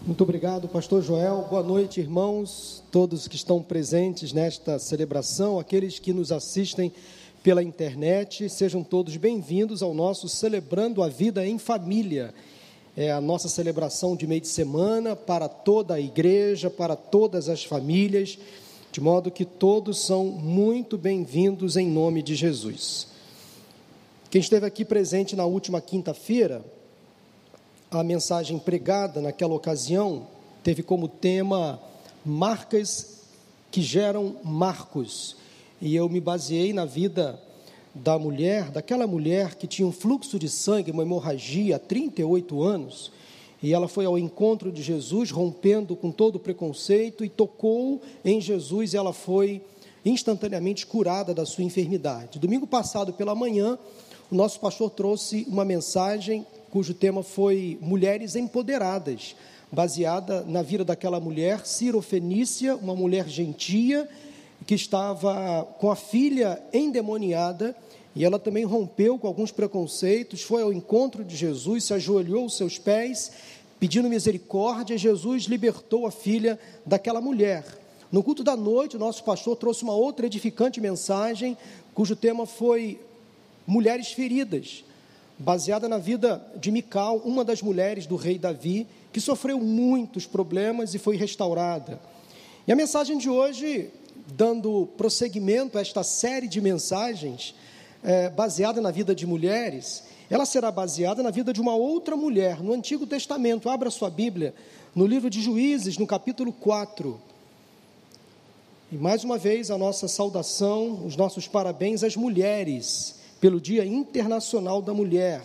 Muito obrigado, pastor Joel. Boa noite, irmãos, todos que estão presentes nesta celebração, aqueles que nos assistem pela internet, sejam todos bem-vindos ao nosso Celebrando a Vida em Família. É a nossa celebração de meio de semana para toda a igreja, para todas as famílias, de modo que todos são muito bem-vindos em nome de Jesus. Quem esteve aqui presente na última quinta-feira, a mensagem pregada naquela ocasião teve como tema marcas que geram marcos, e eu me baseei na vida da mulher, daquela mulher que tinha um fluxo de sangue, uma hemorragia há 38 anos, e ela foi ao encontro de Jesus, rompendo com todo o preconceito, e tocou em Jesus, e ela foi instantaneamente curada da sua enfermidade. Domingo passado pela manhã, o nosso pastor trouxe uma mensagem cujo tema foi Mulheres Empoderadas, baseada na vida daquela mulher, Cirofenícia, uma mulher gentia, que estava com a filha endemoniada, e ela também rompeu com alguns preconceitos, foi ao encontro de Jesus, se ajoelhou aos seus pés, pedindo misericórdia, e Jesus libertou a filha daquela mulher. No culto da noite, o nosso pastor trouxe uma outra edificante mensagem, cujo tema foi Mulheres Feridas, baseada na vida de Mical, uma das mulheres do rei Davi, que sofreu muitos problemas e foi restaurada. E a mensagem de hoje, dando prosseguimento a esta série de mensagens, baseada na vida de mulheres, ela será baseada na vida de uma outra mulher, no Antigo Testamento. Abra sua Bíblia, no livro de Juízes, no capítulo 4. E mais uma vez a nossa saudação, os nossos parabéns às mulheres, pelo Dia Internacional da Mulher.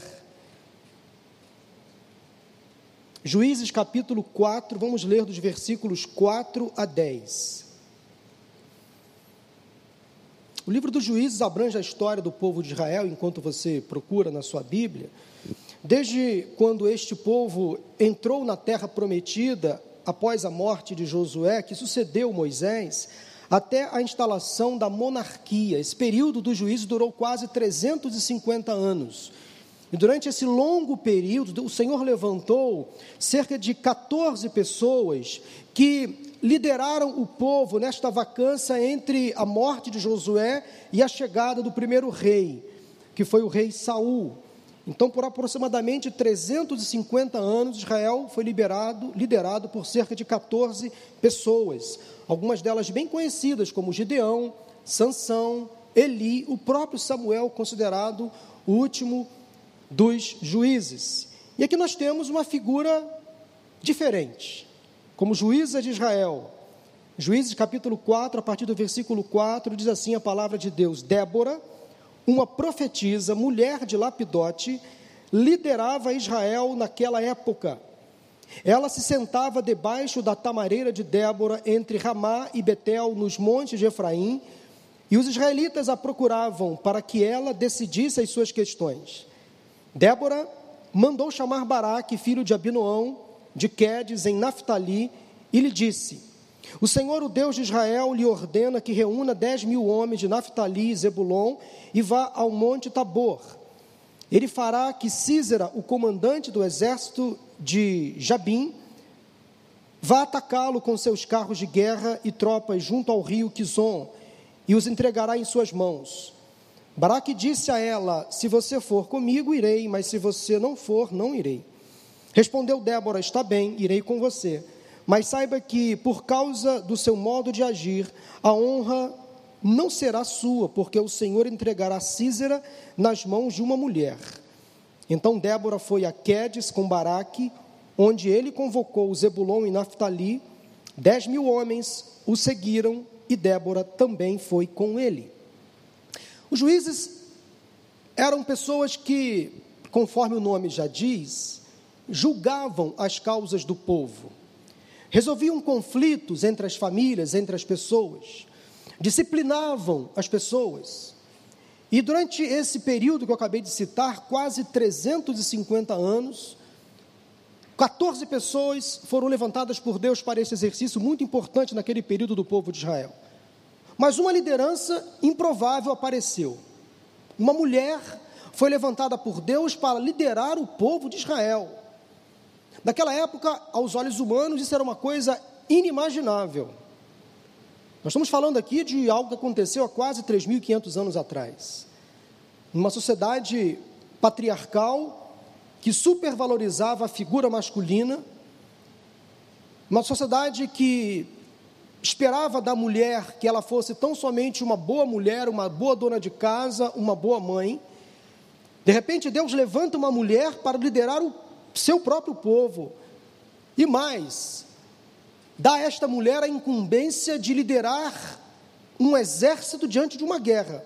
Juízes capítulo 4, vamos ler dos versículos 4 a 10. O livro dos Juízes abrange a história do povo de Israel, enquanto você procura na sua Bíblia, desde quando este povo entrou na terra prometida, após a morte de Josué, que sucedeu Moisés, até a instalação da monarquia. Esse período dos juízes durou quase 350 anos. E durante esse longo período, o Senhor levantou cerca de 14 pessoas que lideraram o povo nesta vacância entre a morte de Josué e a chegada do primeiro rei, que foi o rei Saul. Então, por aproximadamente 350 anos, Israel foi liderado por cerca de 14 pessoas, algumas delas bem conhecidas, como Gideão, Sansão, Eli, o próprio Samuel, considerado o último dos juízes. E aqui nós temos uma figura diferente, como juíza de Israel. Juízes capítulo 4, a partir do versículo 4, diz assim a palavra de Deus: Débora, uma profetisa, mulher de Lapidote, liderava Israel naquela época. Ela se sentava debaixo da tamareira de Débora, entre Ramá e Betel, nos montes de Efraim, e os israelitas a procuravam para que ela decidisse as suas questões. Débora mandou chamar Baraque, filho de Abinoão, de Quedes, em Naftali, e lhe disse: O Senhor, o Deus de Israel, lhe ordena que reúna 10.000 homens de Naftali e Zebulon e vá ao monte Tabor. Ele fará que Sísera, o comandante do exército de Jabim, vá atacá-lo com seus carros de guerra e tropas junto ao rio Quizon, e os entregará em suas mãos. Baraque disse a ela: Se você for comigo, irei, mas se você não for, não irei. Respondeu Débora: Está bem, irei com você. Mas saiba que, por causa do seu modo de agir, a honra não será sua, porque o Senhor entregará Sísera nas mãos de uma mulher. Então Débora foi a Quedes com Baraque, onde ele convocou Zebulon e Naftali. 10.000 homens o seguiram, e Débora também foi com ele. Os juízes eram pessoas que, conforme o nome já diz, julgavam as causas do povo, resolviam conflitos entre as famílias, entre as pessoas, disciplinavam as pessoas. E durante esse período que eu acabei de citar, quase 350 anos, 14 pessoas foram levantadas por Deus para esse exercício muito importante naquele período do povo de Israel. Mas uma liderança improvável apareceu. Uma mulher foi levantada por Deus para liderar o povo de Israel. Naquela época, aos olhos humanos, isso era uma coisa inimaginável. Nós estamos falando aqui de algo que aconteceu há quase 3.500 anos atrás. Numa sociedade patriarcal que supervalorizava a figura masculina, uma sociedade que esperava da mulher que ela fosse tão somente uma boa mulher, uma boa dona de casa, uma boa mãe. De repente, Deus levanta uma mulher para liderar o seu próprio povo. E mais, dá a esta mulher a incumbência de liderar um exército diante de uma guerra.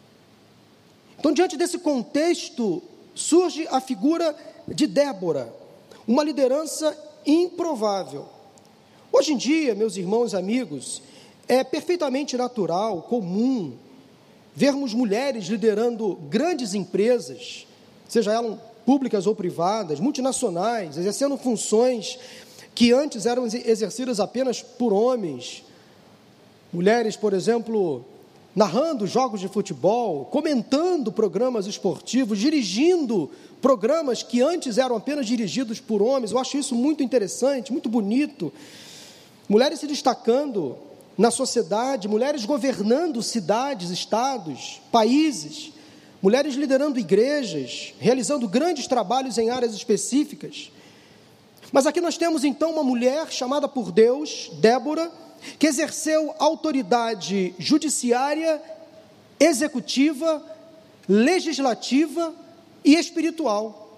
Então, diante desse contexto, surge a figura de Débora, uma liderança improvável. Hoje em dia, meus irmãos e amigos, é perfeitamente natural, comum, vermos mulheres liderando grandes empresas, seja elas públicas ou privadas, multinacionais, exercendo funções que antes eram exercidas apenas por homens. Mulheres, por exemplo, narrando jogos de futebol, comentando programas esportivos, dirigindo programas que antes eram apenas dirigidos por homens. Eu acho isso muito interessante, muito bonito. Mulheres se destacando na sociedade, mulheres governando cidades, estados, países, mulheres liderando igrejas, realizando grandes trabalhos em áreas específicas. Mas aqui nós temos então uma mulher chamada por Deus, Débora, que exerceu autoridade judiciária, executiva, legislativa e espiritual.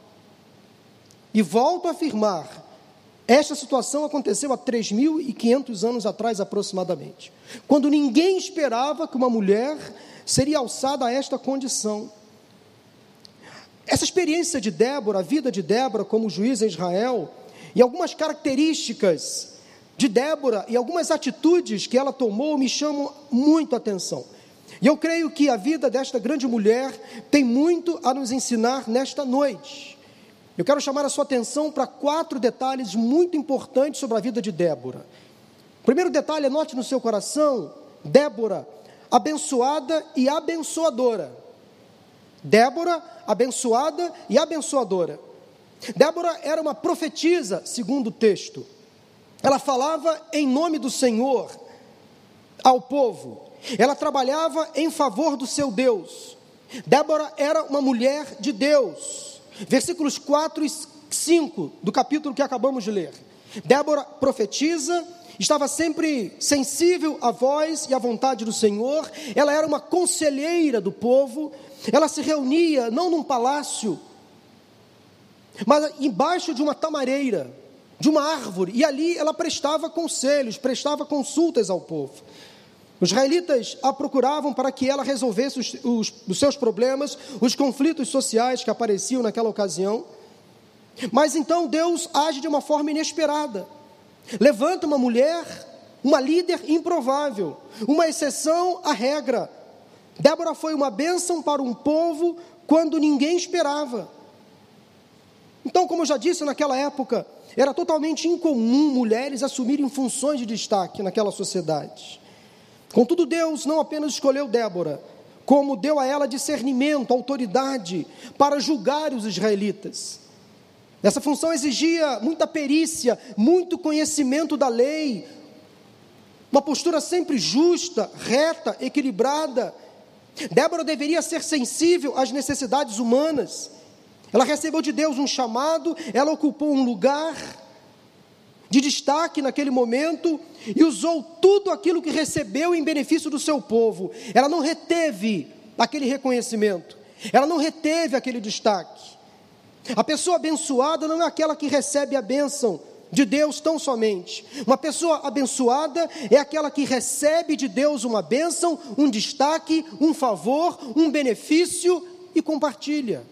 E volto a afirmar, esta situação aconteceu há 3.500 anos atrás aproximadamente, quando ninguém esperava que uma mulher seria alçada a esta condição. Essa experiência de Débora, a vida de Débora como juíza em Israel, e algumas características de Débora e algumas atitudes que ela tomou me chamam muito a atenção. E eu creio que a vida desta grande mulher tem muito a nos ensinar nesta noite. Eu quero chamar a sua atenção para 4 detalhes muito importantes sobre a vida de Débora. O primeiro detalhe, anote no seu coração, Débora, abençoada e abençoadora. Débora, abençoada e abençoadora. Débora era uma profetisa, segundo o texto. Ela falava em nome do Senhor ao povo. Ela trabalhava em favor do seu Deus. Débora era uma mulher de Deus. Versículos 4 e 5 do capítulo que acabamos de ler. Débora profetiza, estava sempre sensível à voz e à vontade do Senhor. Ela era uma conselheira do povo. Ela se reunia não num palácio, mas embaixo de uma tamareira, de uma árvore, e ali ela prestava conselhos, prestava consultas ao povo. Os israelitas a procuravam para que ela resolvesse os seus problemas, os conflitos sociais que apareciam naquela ocasião. Mas então Deus age de uma forma inesperada. Levanta uma mulher, uma líder improvável, uma exceção à regra. Débora foi uma bênção para um povo quando ninguém esperava. Então, como eu já disse, naquela época, era totalmente incomum mulheres assumirem funções de destaque naquela sociedade. Contudo, Deus não apenas escolheu Débora, como deu a ela discernimento, autoridade para julgar os israelitas. Essa função exigia muita perícia, muito conhecimento da lei, uma postura sempre justa, reta, equilibrada. Débora deveria ser sensível às necessidades humanas. Ela recebeu de Deus um chamado, ela ocupou um lugar de destaque naquele momento e usou tudo aquilo que recebeu em benefício do seu povo. Ela não reteve aquele reconhecimento, ela não reteve aquele destaque. A pessoa abençoada não é aquela que recebe a bênção de Deus tão somente. Uma pessoa abençoada é aquela que recebe de Deus uma bênção, um destaque, um favor, um benefício e compartilha.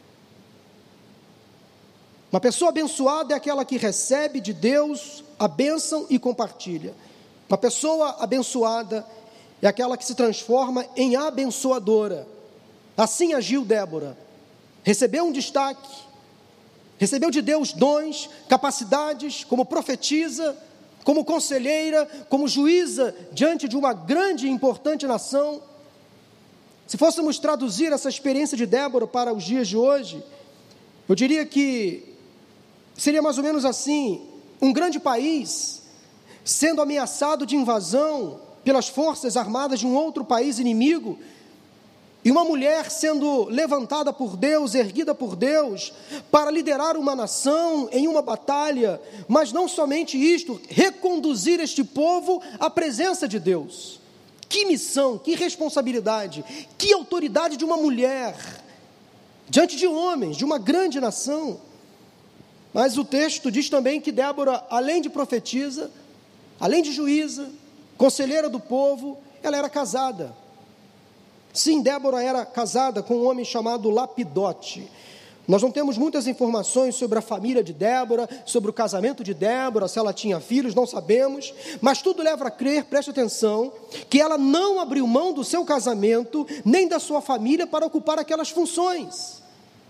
Uma pessoa abençoada é aquela que recebe de Deus a bênção e compartilha. Uma pessoa abençoada é aquela que se transforma em abençoadora. Assim agiu Débora. Recebeu um destaque, recebeu de Deus dons, capacidades, como profetisa, como conselheira, como juíza diante de uma grande e importante nação. Se fôssemos traduzir essa experiência de Débora para os dias de hoje, eu diria que Seria mais ou menos assim: um grande país sendo ameaçado de invasão pelas forças armadas de um outro país inimigo, e uma mulher sendo levantada por Deus, erguida por Deus, para liderar uma nação em uma batalha, mas não somente isto, reconduzir este povo à presença de Deus. Que missão, que responsabilidade, que autoridade de uma mulher, diante de homens, de uma grande nação. Mas o texto diz também que Débora, além de profetisa, além de juíza, conselheira do povo, ela era casada. Sim, Débora era casada com um homem chamado Lapidote. Nós não temos muitas informações sobre a família de Débora, sobre o casamento de Débora, se ela tinha filhos, não sabemos, mas tudo leva a crer, preste atenção, que ela não abriu mão do seu casamento, nem da sua família, para ocupar aquelas funções.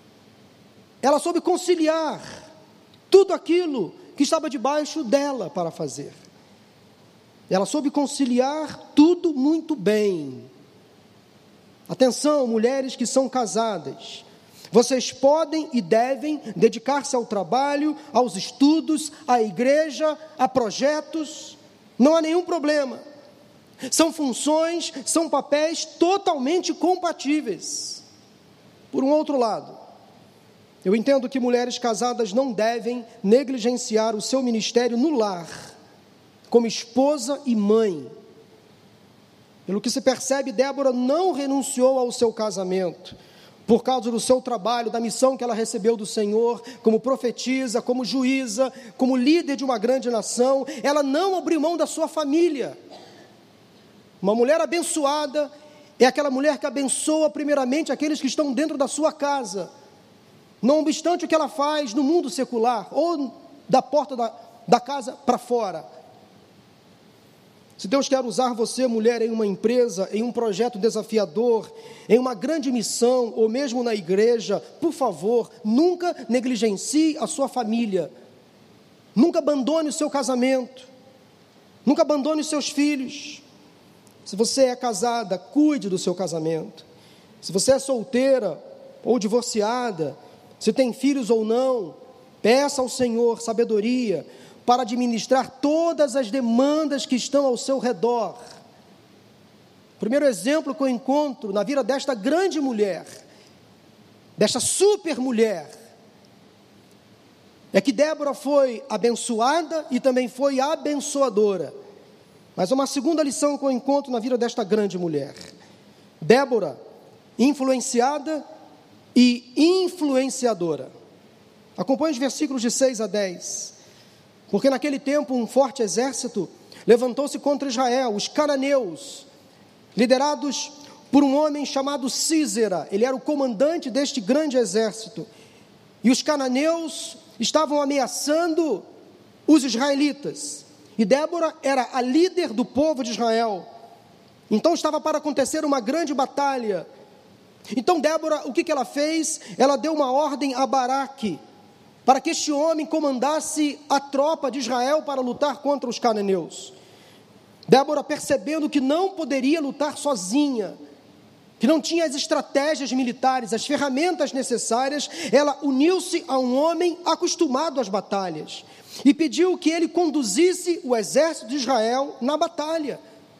Ela soube conciliar tudo aquilo que estava debaixo dela para fazer. Ela soube conciliar tudo muito bem. Atenção, mulheres que são casadas, vocês podem e devem dedicar-se ao trabalho, aos estudos, à igreja, a projetos, não há nenhum problema. São funções, são papéis totalmente compatíveis. Por um outro lado, eu entendo que mulheres casadas não devem negligenciar o seu ministério no lar, como esposa e mãe. Pelo que se percebe, Débora não renunciou ao seu casamento, por causa do seu trabalho, da missão que ela recebeu do Senhor, como profetisa, como juíza, como líder de uma grande nação. Ela não abriu mão da sua família. Uma mulher abençoada é aquela mulher que abençoa primeiramente aqueles que estão dentro da sua casa, não obstante o que ela faz no mundo secular, ou da porta da casa para fora. Se Deus quer usar você, mulher, em uma empresa, em um projeto desafiador, em uma grande missão, ou mesmo na igreja, por favor, nunca negligencie a sua família, nunca abandone o seu casamento, nunca abandone os seus filhos. Se você é casada, cuide do seu casamento. Se você é solteira ou divorciada, se tem filhos ou não, peça ao Senhor sabedoria para administrar todas as demandas que estão ao seu redor. O primeiro exemplo que eu encontro na vida desta grande mulher, desta super mulher, é que Débora foi abençoada e também foi abençoadora. Mas uma segunda lição que eu encontro na vida desta grande mulher: Débora, influenciada e influenciadora. Acompanhe os versículos de 6 a 10. Porque naquele tempo um forte exército levantou-se contra Israel, os cananeus, liderados por um homem chamado Sísera. Ele era o comandante deste grande exército. E os cananeus estavam ameaçando os israelitas. E Débora era a líder do povo de Israel. Então estava para acontecer uma grande batalha. Então Débora, o que ela fez? Ela deu uma ordem a Baraque, para que este homem comandasse a tropa de Israel para lutar contra os cananeus. Débora, percebendo que não poderia lutar sozinha, que não tinha as estratégias militares, as ferramentas necessárias, ela uniu-se a um homem acostumado às batalhas, e pediu que ele conduzisse o exército de Israel na batalha.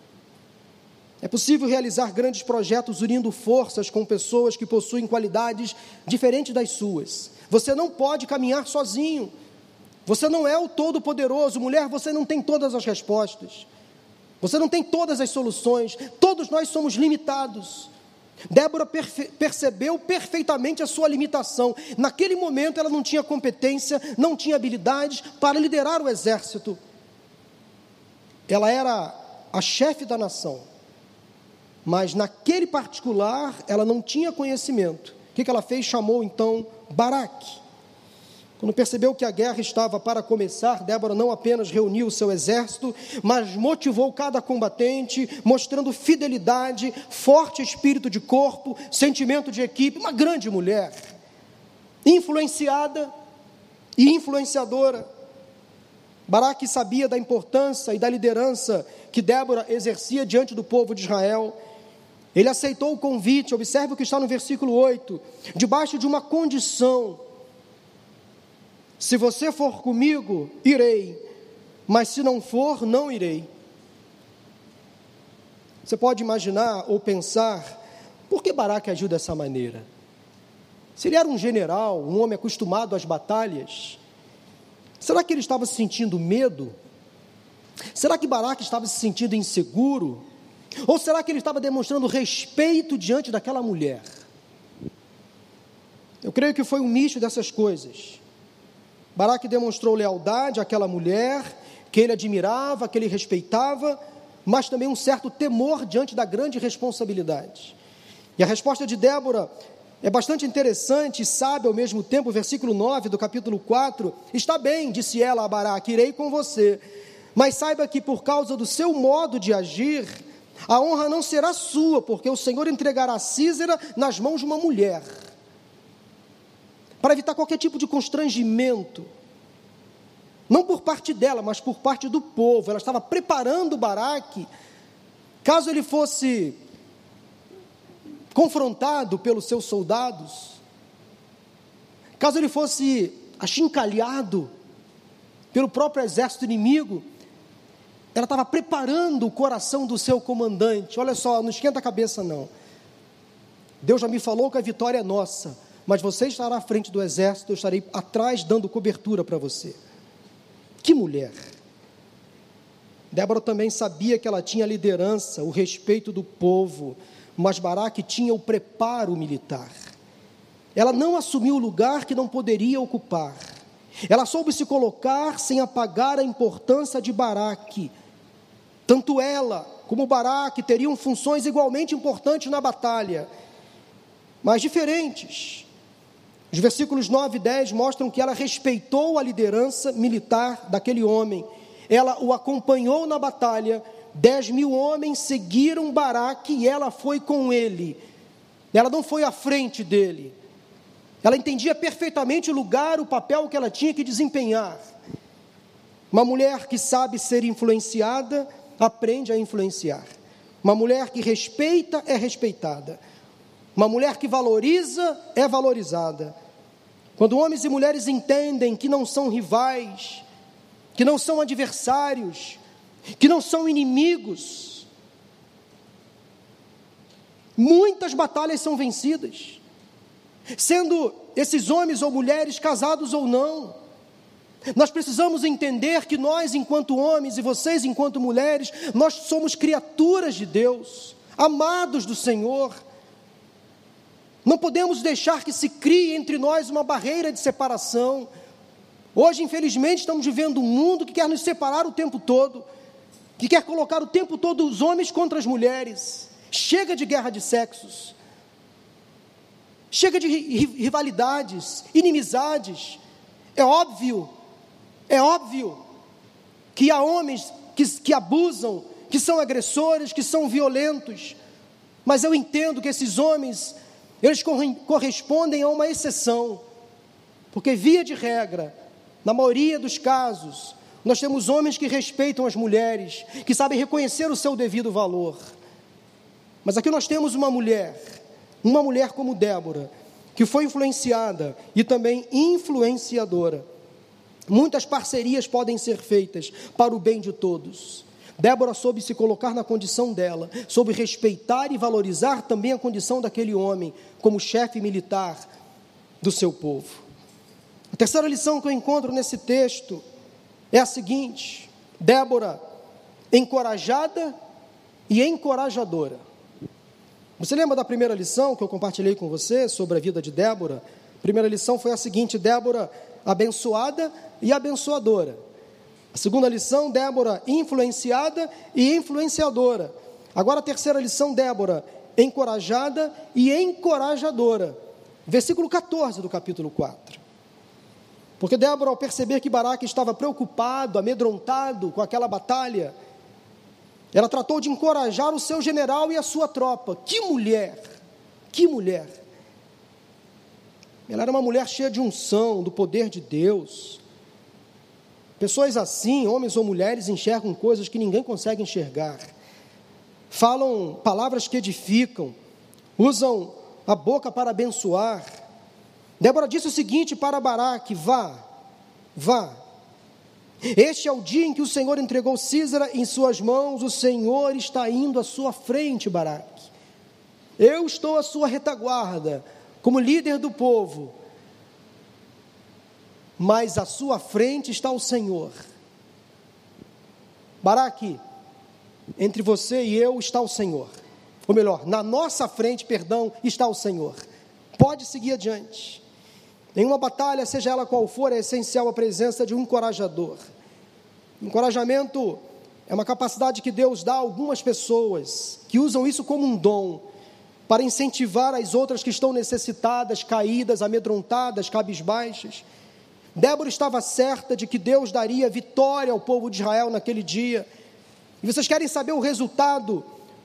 É possível realizar grandes projetos unindo forças com pessoas que possuem qualidades diferentes das suas. Você não pode caminhar sozinho. Você não é o todo-poderoso. Mulher, você não tem todas as respostas. Você não tem todas as soluções. Todos nós somos limitados. Débora percebeu perfeitamente a sua limitação. Naquele momento ela não tinha competência, não tinha habilidades para liderar o exército. Ela era a chefe da nação, mas naquele particular ela não tinha conhecimento. O que ela fez? Chamou então Baraque. Quando percebeu que a guerra estava para começar, Débora não apenas reuniu o seu exército, mas motivou cada combatente, mostrando fidelidade, forte espírito de corpo, sentimento de equipe. Uma grande mulher, influenciada e influenciadora. Baraque sabia da importância e da liderança que Débora exercia diante do povo de Israel. Ele aceitou o convite, observe o que está no versículo 8, debaixo de uma condição. Se você for comigo, irei, mas se não for, não irei. Você pode imaginar ou pensar, por que Baraque agiu dessa maneira? Se ele era um general, um homem acostumado às batalhas, será que ele estava sentindo medo? Será que Baraque estava se sentindo inseguro? Ou será que ele estava demonstrando respeito diante daquela mulher? Eu creio que foi um misto dessas coisas. Baraque demonstrou lealdade àquela mulher, que ele admirava, que ele respeitava, mas também um certo temor diante da grande responsabilidade. E a resposta de Débora é bastante interessante e sábia ao mesmo tempo. O versículo 9 do capítulo 4, está bem, disse ela a Baraque, irei com você, mas saiba que por causa do seu modo de agir, a honra não será sua, porque o Senhor entregará Sísera nas mãos de uma mulher. Para evitar qualquer tipo de constrangimento, não por parte dela, mas por parte do povo, ela estava preparando Baraque, caso ele fosse confrontado pelos seus soldados, caso ele fosse achincalhado pelo próprio exército inimigo, ela estava preparando o coração do seu comandante. Olha só, não esquenta a cabeça não, Deus já me falou que a vitória é nossa, mas você estará à frente do exército, eu estarei atrás dando cobertura para você. Que mulher! Débora também sabia que ela tinha a liderança, o respeito do povo, mas Baraque tinha o preparo militar. Ela não assumiu o lugar que não poderia ocupar. Ela soube se colocar sem apagar a importância de Baraque. Tanto ela como Baraque teriam funções igualmente importantes na batalha, mas diferentes. Os versículos 9 e 10 mostram que ela respeitou a liderança militar daquele homem. Ela o acompanhou na batalha. 10.000 homens seguiram Baraque e ela foi com ele. Ela não foi à frente dele. Ela entendia perfeitamente o lugar, o papel que ela tinha que desempenhar. Uma mulher que sabe ser influenciada, aprende a influenciar. Uma mulher que respeita, é respeitada. Uma mulher que valoriza, é valorizada. Quando homens e mulheres entendem que não são rivais, que não são adversários, que não são inimigos, muitas batalhas são vencidas, sendo esses homens ou mulheres casados ou não. Nós precisamos entender que nós, enquanto homens, e vocês, enquanto mulheres, nós somos criaturas de Deus, amados do Senhor. Não podemos deixar que se crie entre nós uma barreira de separação. Hoje, infelizmente, estamos vivendo um mundo que quer nos separar o tempo todo, que quer colocar o tempo todo os homens contra as mulheres. Chega de guerra de sexos, chega de rivalidades, inimizades. É óbvio que há homens que abusam, que são agressores, que são violentos, mas eu entendo que esses homens, eles correspondem a uma exceção, porque via de regra, na maioria dos casos, nós temos homens que respeitam as mulheres, que sabem reconhecer o seu devido valor. Mas aqui nós temos uma mulher como Débora, que foi influenciada e também influenciadora. Muitas parcerias podem ser feitas para o bem de todos. Débora soube se colocar na condição dela, soube respeitar e valorizar também a condição daquele homem, como chefe militar do seu povo. A terceira lição que eu encontro nesse texto é a seguinte: Débora, encorajada e encorajadora. Você lembra da primeira lição que eu compartilhei com você sobre a vida de Débora? A primeira lição foi a seguinte: Débora, abençoada e abençoadora. A segunda lição, Débora, influenciada e influenciadora. Agora a terceira lição, Débora, encorajada e encorajadora. Versículo 14 do capítulo 4. Porque Débora, ao perceber que Baraque estava preocupado, amedrontado com aquela batalha, ela tratou de encorajar o seu general e a sua tropa. Que mulher! Que mulher! Ela era uma mulher cheia de unção, do poder de Deus. Pessoas assim, homens ou mulheres, enxergam coisas que ninguém consegue enxergar. Falam palavras que edificam, usam a boca para abençoar. Débora disse o seguinte para Baraque: vá, vá. Este é o dia em que o Senhor entregou Sísera em suas mãos, o Senhor está indo à sua frente, Baraque. Eu estou à sua retaguarda, como líder do povo, mas à sua frente está o Senhor. Baraque, entre você e eu está o Senhor, ou melhor, na nossa frente, está o Senhor. Pode seguir adiante. Em uma batalha, seja ela qual for, é essencial a presença de um encorajador. Encorajamento é uma capacidade que Deus dá a algumas pessoas, que usam isso como um dom, para incentivar as outras que estão necessitadas, caídas, amedrontadas, cabisbaixas. Débora estava certa de que Deus daria vitória ao povo de Israel naquele dia. E vocês querem saber o resultado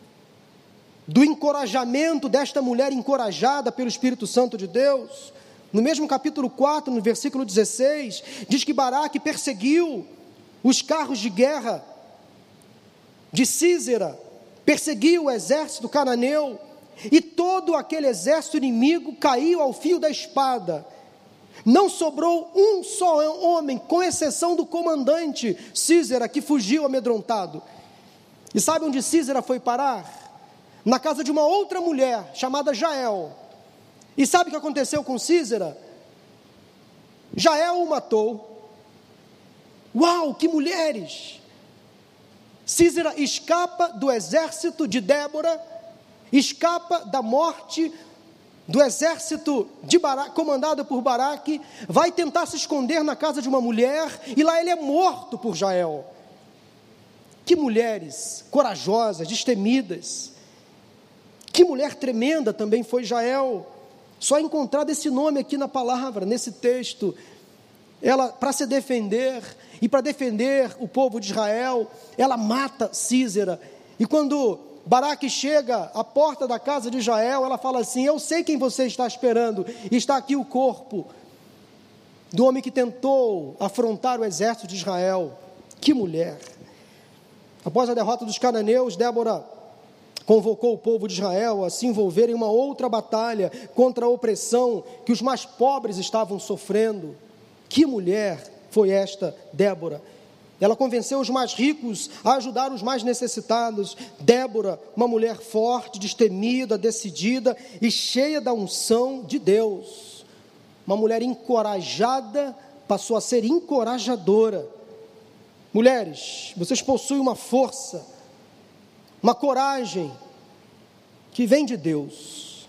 do encorajamento desta mulher encorajada pelo Espírito Santo de Deus? No mesmo capítulo 4, no versículo 16, diz que Baraque perseguiu os carros de guerra de Sísera, perseguiu o exército cananeu, e todo aquele exército inimigo caiu ao fio da espada. Não sobrou um só homem, com exceção do comandante Sísera, que fugiu amedrontado. E sabe onde Sísera foi parar? Na casa de uma outra mulher, chamada Jael. E sabe o que aconteceu com Sísera? Jael o matou. Uau, que mulheres! Sísera escapa do exército de Débora, escapa da morte do exército de Baraque, comandado por Baraque, vai tentar se esconder na casa de uma mulher, e lá ele é morto por Jael. Que mulheres corajosas, destemidas. Que mulher tremenda também foi Jael. Só encontrado esse nome aqui na palavra, nesse texto. Ela, para se defender, e para defender o povo de Israel, ela mata Sísera. E quando Baraque chega à porta da casa de Jael, ela fala assim: eu sei quem você está esperando, e está aqui o corpo do homem que tentou afrontar o exército de Israel. Que mulher! Após a derrota dos cananeus, Débora convocou o povo de Israel a se envolver em uma outra batalha contra a opressão que os mais pobres estavam sofrendo. Que mulher foi esta Débora! Ela convenceu os mais ricos a ajudar os mais necessitados. Débora, uma mulher forte, destemida, decidida e cheia da unção de Deus. Uma mulher encorajada passou a ser encorajadora. Mulheres, vocês possuem uma força, uma coragem que vem de Deus.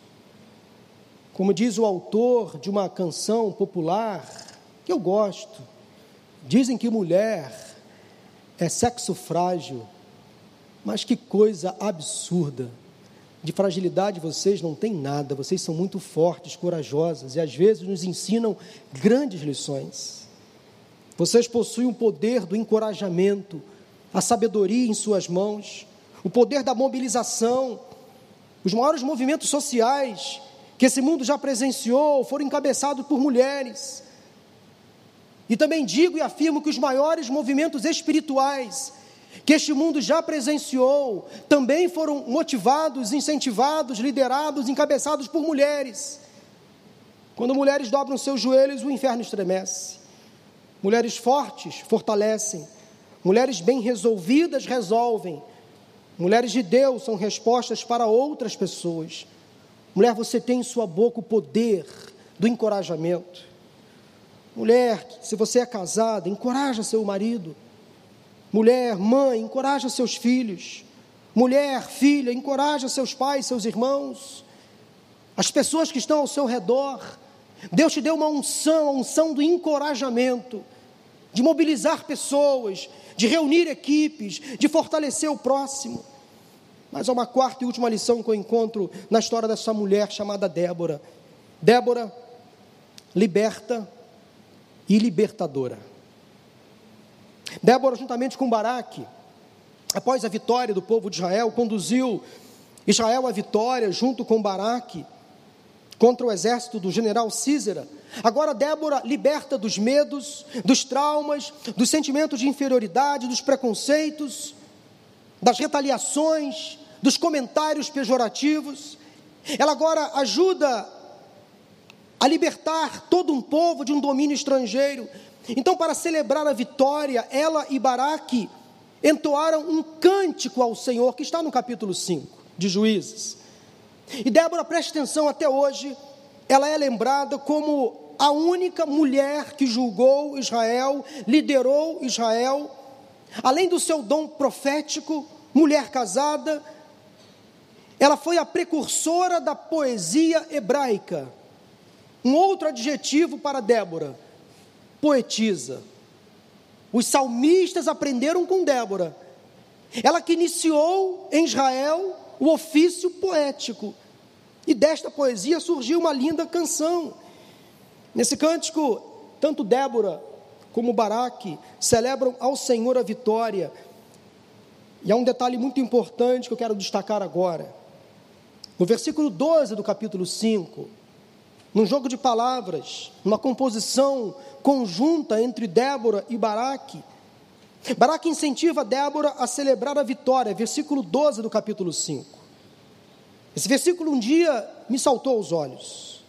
Como diz o autor de uma canção popular, que eu gosto, dizem que mulher é sexo frágil, mas que coisa absurda. De fragilidade vocês não têm nada, vocês são muito fortes, corajosas, e às vezes nos ensinam grandes lições. Vocês possuem o poder do encorajamento, a sabedoria em suas mãos, o poder da mobilização. Os maiores movimentos sociais que esse mundo já presenciou foram encabeçados por mulheres. E também digo e afirmo que os maiores movimentos espirituais que este mundo já presenciou também foram motivados, incentivados, liderados, encabeçados por mulheres. Quando mulheres dobram seus joelhos, o inferno estremece. Mulheres fortes fortalecem. Mulheres bem resolvidas resolvem. Mulheres de Deus são respostas para outras pessoas. Mulher, você tem em sua boca o poder do encorajamento. Mulher, se você é casada, encoraja seu marido. Mulher, mãe, encoraja seus filhos. Mulher, filha, encoraja seus pais, seus irmãos. As pessoas que estão ao seu redor. Deus te deu uma unção, a unção do encorajamento, de mobilizar pessoas, de reunir equipes, de fortalecer o próximo. Mas há uma quarta e última lição que eu encontro na história dessa mulher chamada Débora. Débora liberta e libertadora. Débora, juntamente com Baraque, após a vitória do povo de Israel, conduziu Israel à vitória junto com Baraque contra o exército do general Sísera. Agora Débora liberta dos medos, dos traumas, dos sentimentos de inferioridade, dos preconceitos, das retaliações, dos comentários pejorativos. Ela agora ajuda a libertar todo um povo de um domínio estrangeiro. Então, para celebrar a vitória, ela e Baraque entoaram um cântico ao Senhor, que está no capítulo 5 de Juízes. E Débora, preste atenção, até hoje, ela é lembrada como a única mulher que julgou Israel, liderou Israel, além do seu dom profético, mulher casada, ela foi a precursora da poesia hebraica. Um outro adjetivo para Débora: poetisa. Os salmistas aprenderam com Débora. Ela que iniciou em Israel o ofício poético. E desta poesia surgiu uma linda canção. Nesse cântico, tanto Débora como Baraque celebram ao Senhor a vitória. E há um detalhe muito importante que eu quero destacar agora. No versículo 12 do capítulo 5, num jogo de palavras, numa composição conjunta entre Débora e Baraque, Baraque incentiva Débora a celebrar a vitória, versículo 12 do capítulo 5. Esse versículo um dia me saltou aos olhos.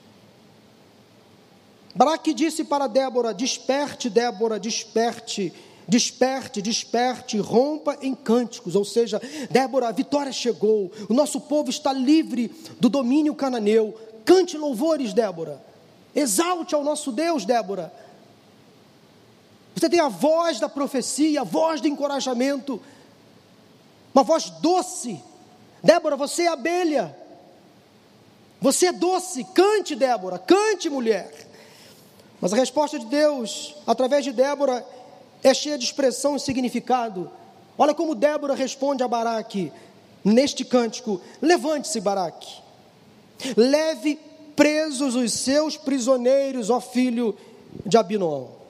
Baraque disse para Débora: desperte, Débora, desperte, desperte, desperte, rompa em cânticos. Ou seja, Débora, a vitória chegou, o nosso povo está livre do domínio cananeu. Cante louvores, Débora, exalte ao nosso Deus, Débora. Você tem a voz da profecia, a voz do encorajamento, uma voz doce. Débora, você é abelha, você é doce, cante, Débora, cante, mulher. Mas a resposta de Deus, através de Débora, é cheia de expressão e significado. Olha como Débora responde a Baraque, neste cântico: levante-se, Baraque, leve presos os seus prisioneiros, ó filho de Abinoam.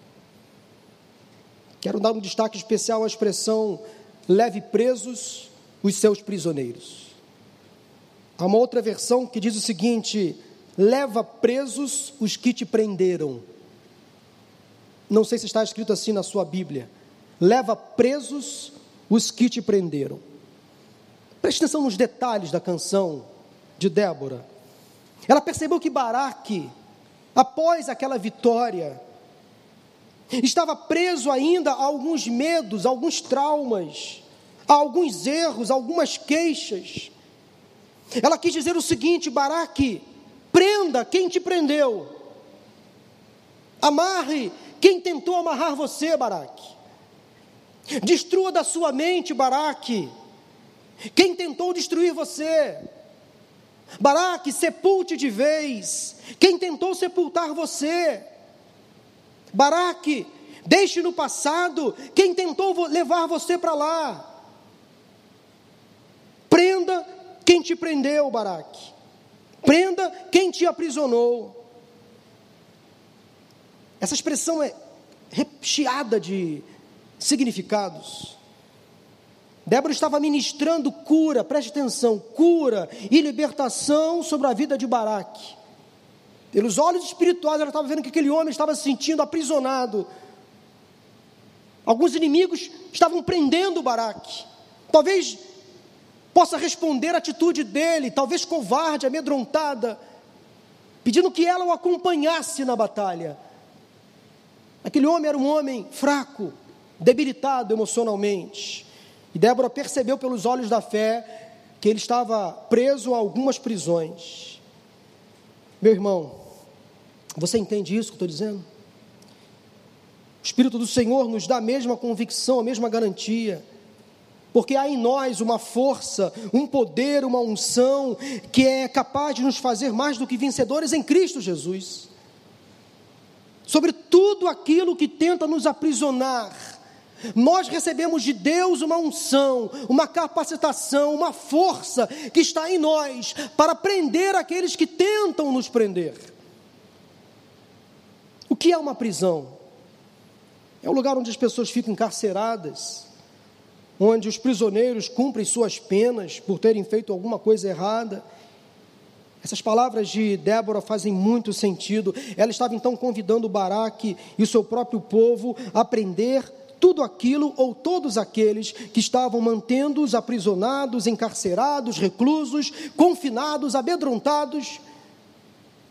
Quero dar um destaque especial à expressão: leve presos os seus prisioneiros. Há uma outra versão que diz o seguinte: leva presos os que te prenderam. Não sei se está escrito assim na sua Bíblia. Leva presos os que te prenderam. Preste atenção nos detalhes da canção de Débora. Ela percebeu que Baraque, após aquela vitória, estava preso ainda a alguns medos, a alguns traumas, a alguns erros, a algumas queixas. Ela quis dizer o seguinte: Baraque, prenda quem te prendeu, amarre quem tentou amarrar você, Baraque, destrua da sua mente, Baraque, quem tentou destruir você. Baraque, sepulte de vez quem tentou sepultar você. Baraque, deixe no passado quem tentou levar você para lá. Prenda quem te prendeu, Baraque, prenda quem te aprisionou. Essa expressão é recheada de significados. Débora estava ministrando cura, preste atenção, cura e libertação sobre a vida de Baraque. Pelos olhos espirituais, ela estava vendo que aquele homem estava se sentindo aprisionado. Alguns inimigos estavam prendendo Baraque. Talvez possa responder à atitude dele, talvez covarde, amedrontada, pedindo que ela o acompanhasse na batalha. Aquele homem era um homem fraco, debilitado emocionalmente. E Débora percebeu pelos olhos da fé que ele estava preso a algumas prisões. Meu irmão, você entende isso que eu estou dizendo? O Espírito do Senhor nos dá a mesma convicção, a mesma garantia, porque há em nós uma força, um poder, uma unção, que é capaz de nos fazer mais do que vencedores em Cristo Jesus. Sobre tudo aquilo que tenta nos aprisionar, nós recebemos de Deus uma unção, uma capacitação, uma força que está em nós para prender aqueles que tentam nos prender. O que é uma prisão? É o lugar onde as pessoas ficam encarceradas, onde os prisioneiros cumprem suas penas por terem feito alguma coisa errada. Essas palavras de Débora fazem muito sentido. Ela estava então convidando Baraque e o seu próprio povo a prender tudo aquilo ou todos aqueles que estavam mantendo-os aprisionados, encarcerados, reclusos, confinados, amedrontados.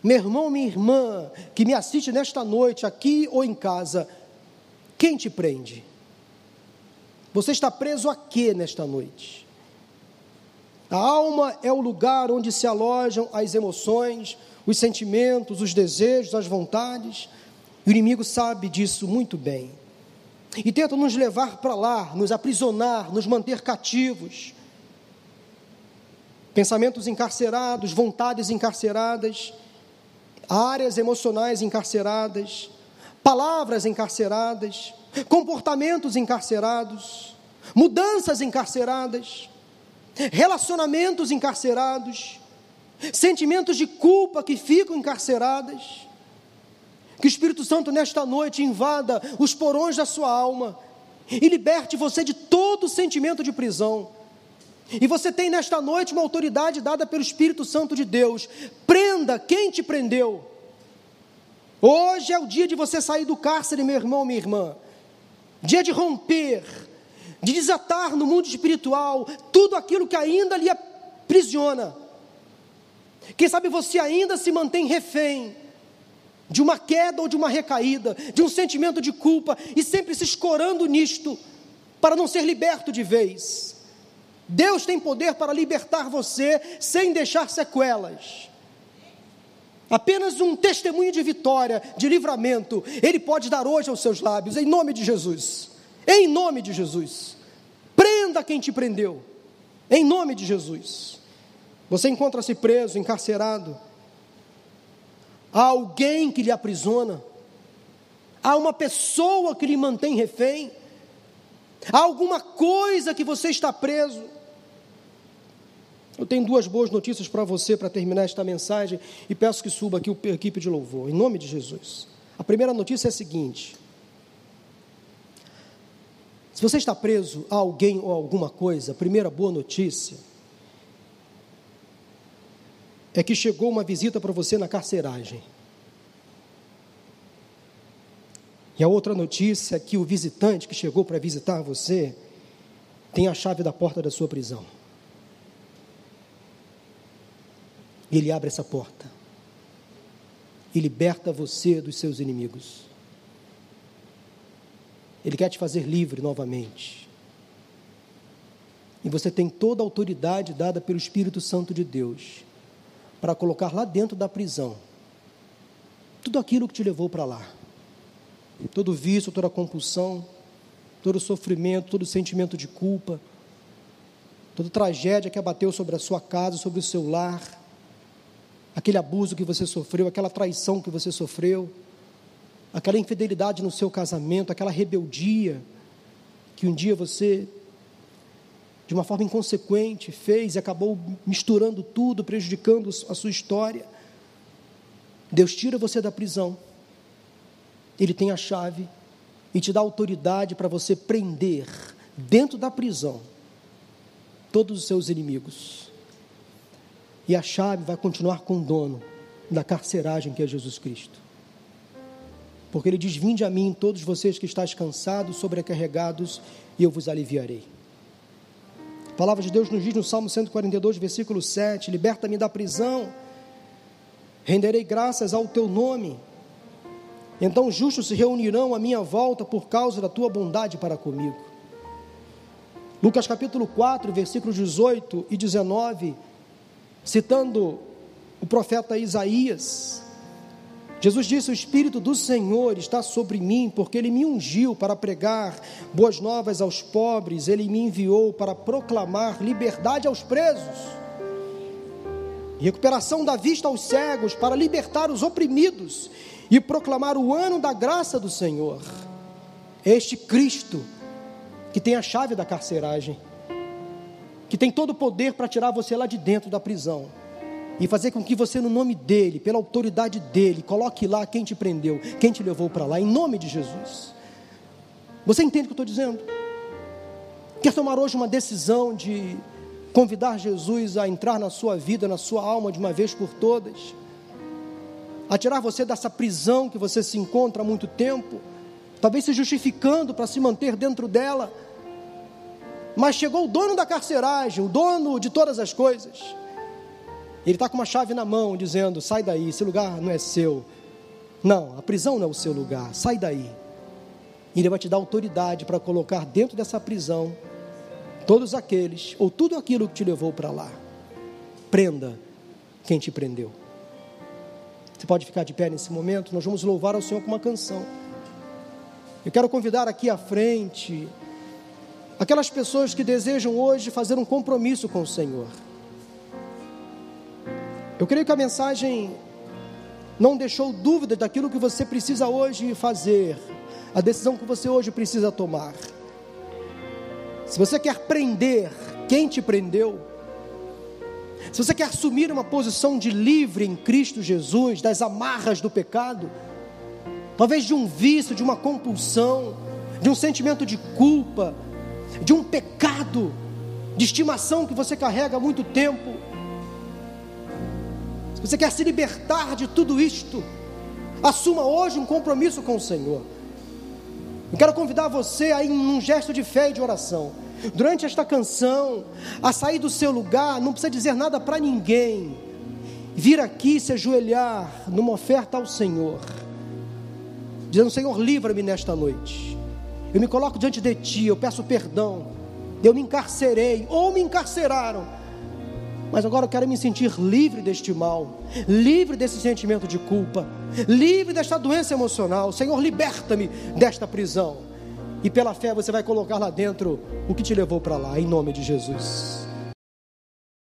Meu irmão, minha irmã, que me assiste nesta noite, aqui ou em casa, quem te prende? Você está preso a quê nesta noite? A alma é o lugar onde se alojam as emoções, os sentimentos, os desejos, as vontades. O inimigo sabe disso muito bem. E tenta nos levar para lá, nos aprisionar, nos manter cativos. Pensamentos encarcerados, vontades encarceradas, áreas emocionais encarceradas, palavras encarceradas, comportamentos encarcerados, mudanças encarceradas, relacionamentos encarcerados, sentimentos de culpa que ficam encarcerados. Que o Espírito Santo nesta noite invada os porões da sua alma e liberte você de todo sentimento de prisão. E você tem nesta noite uma autoridade dada pelo Espírito Santo de Deus. Prenda quem te prendeu. Hoje é o dia de você sair do cárcere, meu irmão, minha irmã. Dia de romper, de desatar no mundo espiritual tudo aquilo que ainda lhe aprisiona. Quem sabe você ainda se mantém refém de uma queda ou de uma recaída, de um sentimento de culpa, e sempre se escorando nisto, para não ser liberto de vez. Deus tem poder para libertar você, sem deixar sequelas. Apenas um testemunho de vitória, de livramento, Ele pode dar hoje aos seus lábios, em nome de Jesus. Em nome de Jesus. Prenda quem te prendeu, em nome de Jesus. Você encontra-se preso, encarcerado. Há alguém que lhe aprisiona, há uma pessoa que lhe mantém refém, há alguma coisa que você está preso. Eu tenho duas boas notícias para você, para terminar esta mensagem, e peço que suba aqui a equipe de louvor, em nome de Jesus. A primeira notícia é a seguinte: se você está preso a alguém ou a alguma coisa, a primeira boa notícia é que chegou uma visita para você na carceragem. E a outra notícia é que o visitante que chegou para visitar você tem a chave da porta da sua prisão. E ele abre essa porta e liberta você dos seus inimigos. Ele quer te fazer livre novamente. E você tem toda a autoridade dada pelo Espírito Santo de Deus para colocar lá dentro da prisão tudo aquilo que te levou para lá. Todo vício, toda compulsão, todo sofrimento, todo sentimento de culpa, toda tragédia que abateu sobre a sua casa, sobre o seu lar, aquele abuso que você sofreu, aquela traição que você sofreu, aquela infidelidade no seu casamento, aquela rebeldia que um dia você, de uma forma inconsequente, fez e acabou misturando tudo, prejudicando a sua história. Deus tira você da prisão, Ele tem a chave e te dá autoridade para você prender dentro da prisão todos os seus inimigos. E a chave vai continuar com o dono da carceragem, que é Jesus Cristo. Porque Ele diz: vinde a mim todos vocês que estáis cansados, sobrecarregados, e eu vos aliviarei. A palavra de Deus nos diz no Salmo 142, versículo 7, liberta-me da prisão, renderei graças ao teu nome. Então os justos se reunirão à minha volta por causa da tua bondade para comigo. Lucas capítulo 4, versículos 18 e 19, citando o profeta Isaías, Jesus disse: o Espírito do Senhor está sobre mim, porque Ele me ungiu para pregar boas novas aos pobres, Ele me enviou para proclamar liberdade aos presos, recuperação da vista aos cegos, para libertar os oprimidos e proclamar o ano da graça do Senhor. Este Cristo que tem a chave da carceragem, que tem todo o poder para tirar você lá de dentro da prisão e fazer com que você, no nome dEle, pela autoridade dEle, coloque lá quem te prendeu, quem te levou para lá, em nome de Jesus. Você entende o que eu estou dizendo? Quer tomar hoje uma decisão de convidar Jesus a entrar na sua vida, na sua alma, de uma vez por todas, a tirar você dessa prisão que você se encontra há muito tempo, talvez se justificando para se manter dentro dela, mas chegou o dono da carceragem, o dono de todas as coisas, Ele está com uma chave na mão, dizendo: sai daí, esse lugar não é seu. Não, a prisão não é o seu lugar, sai daí. E Ele vai te dar autoridade para colocar dentro dessa prisão todos aqueles, ou tudo aquilo que te levou para lá. Prenda quem te prendeu. Você pode ficar de pé nesse momento, nós vamos louvar ao Senhor com uma canção. Eu quero convidar aqui à frente aquelas pessoas que desejam hoje fazer um compromisso com o Senhor. Eu creio que a mensagem não deixou dúvida daquilo que você precisa hoje fazer, a decisão que você hoje precisa tomar. Se você quer prender quem te prendeu, se você quer assumir uma posição de livre em Cristo Jesus, das amarras do pecado, talvez de um vício, de uma compulsão, de um sentimento de culpa, de um pecado de estimação que você carrega há muito tempo, se você quer se libertar de tudo isto, assuma hoje um compromisso com o Senhor. Eu quero convidar você a ir num gesto de fé e de oração. Durante esta canção, a sair do seu lugar, não precisa dizer nada para ninguém, vir aqui se ajoelhar numa oferta ao Senhor, dizendo: Senhor, livra-me nesta noite, eu me coloco diante de Ti, eu peço perdão, eu me encarcerei, ou me encarceraram, mas agora eu quero me sentir livre deste mal, livre desse sentimento de culpa, livre desta doença emocional. Senhor, liberta-me desta prisão. E pela fé você vai colocar lá dentro o que te levou para lá, em nome de Jesus.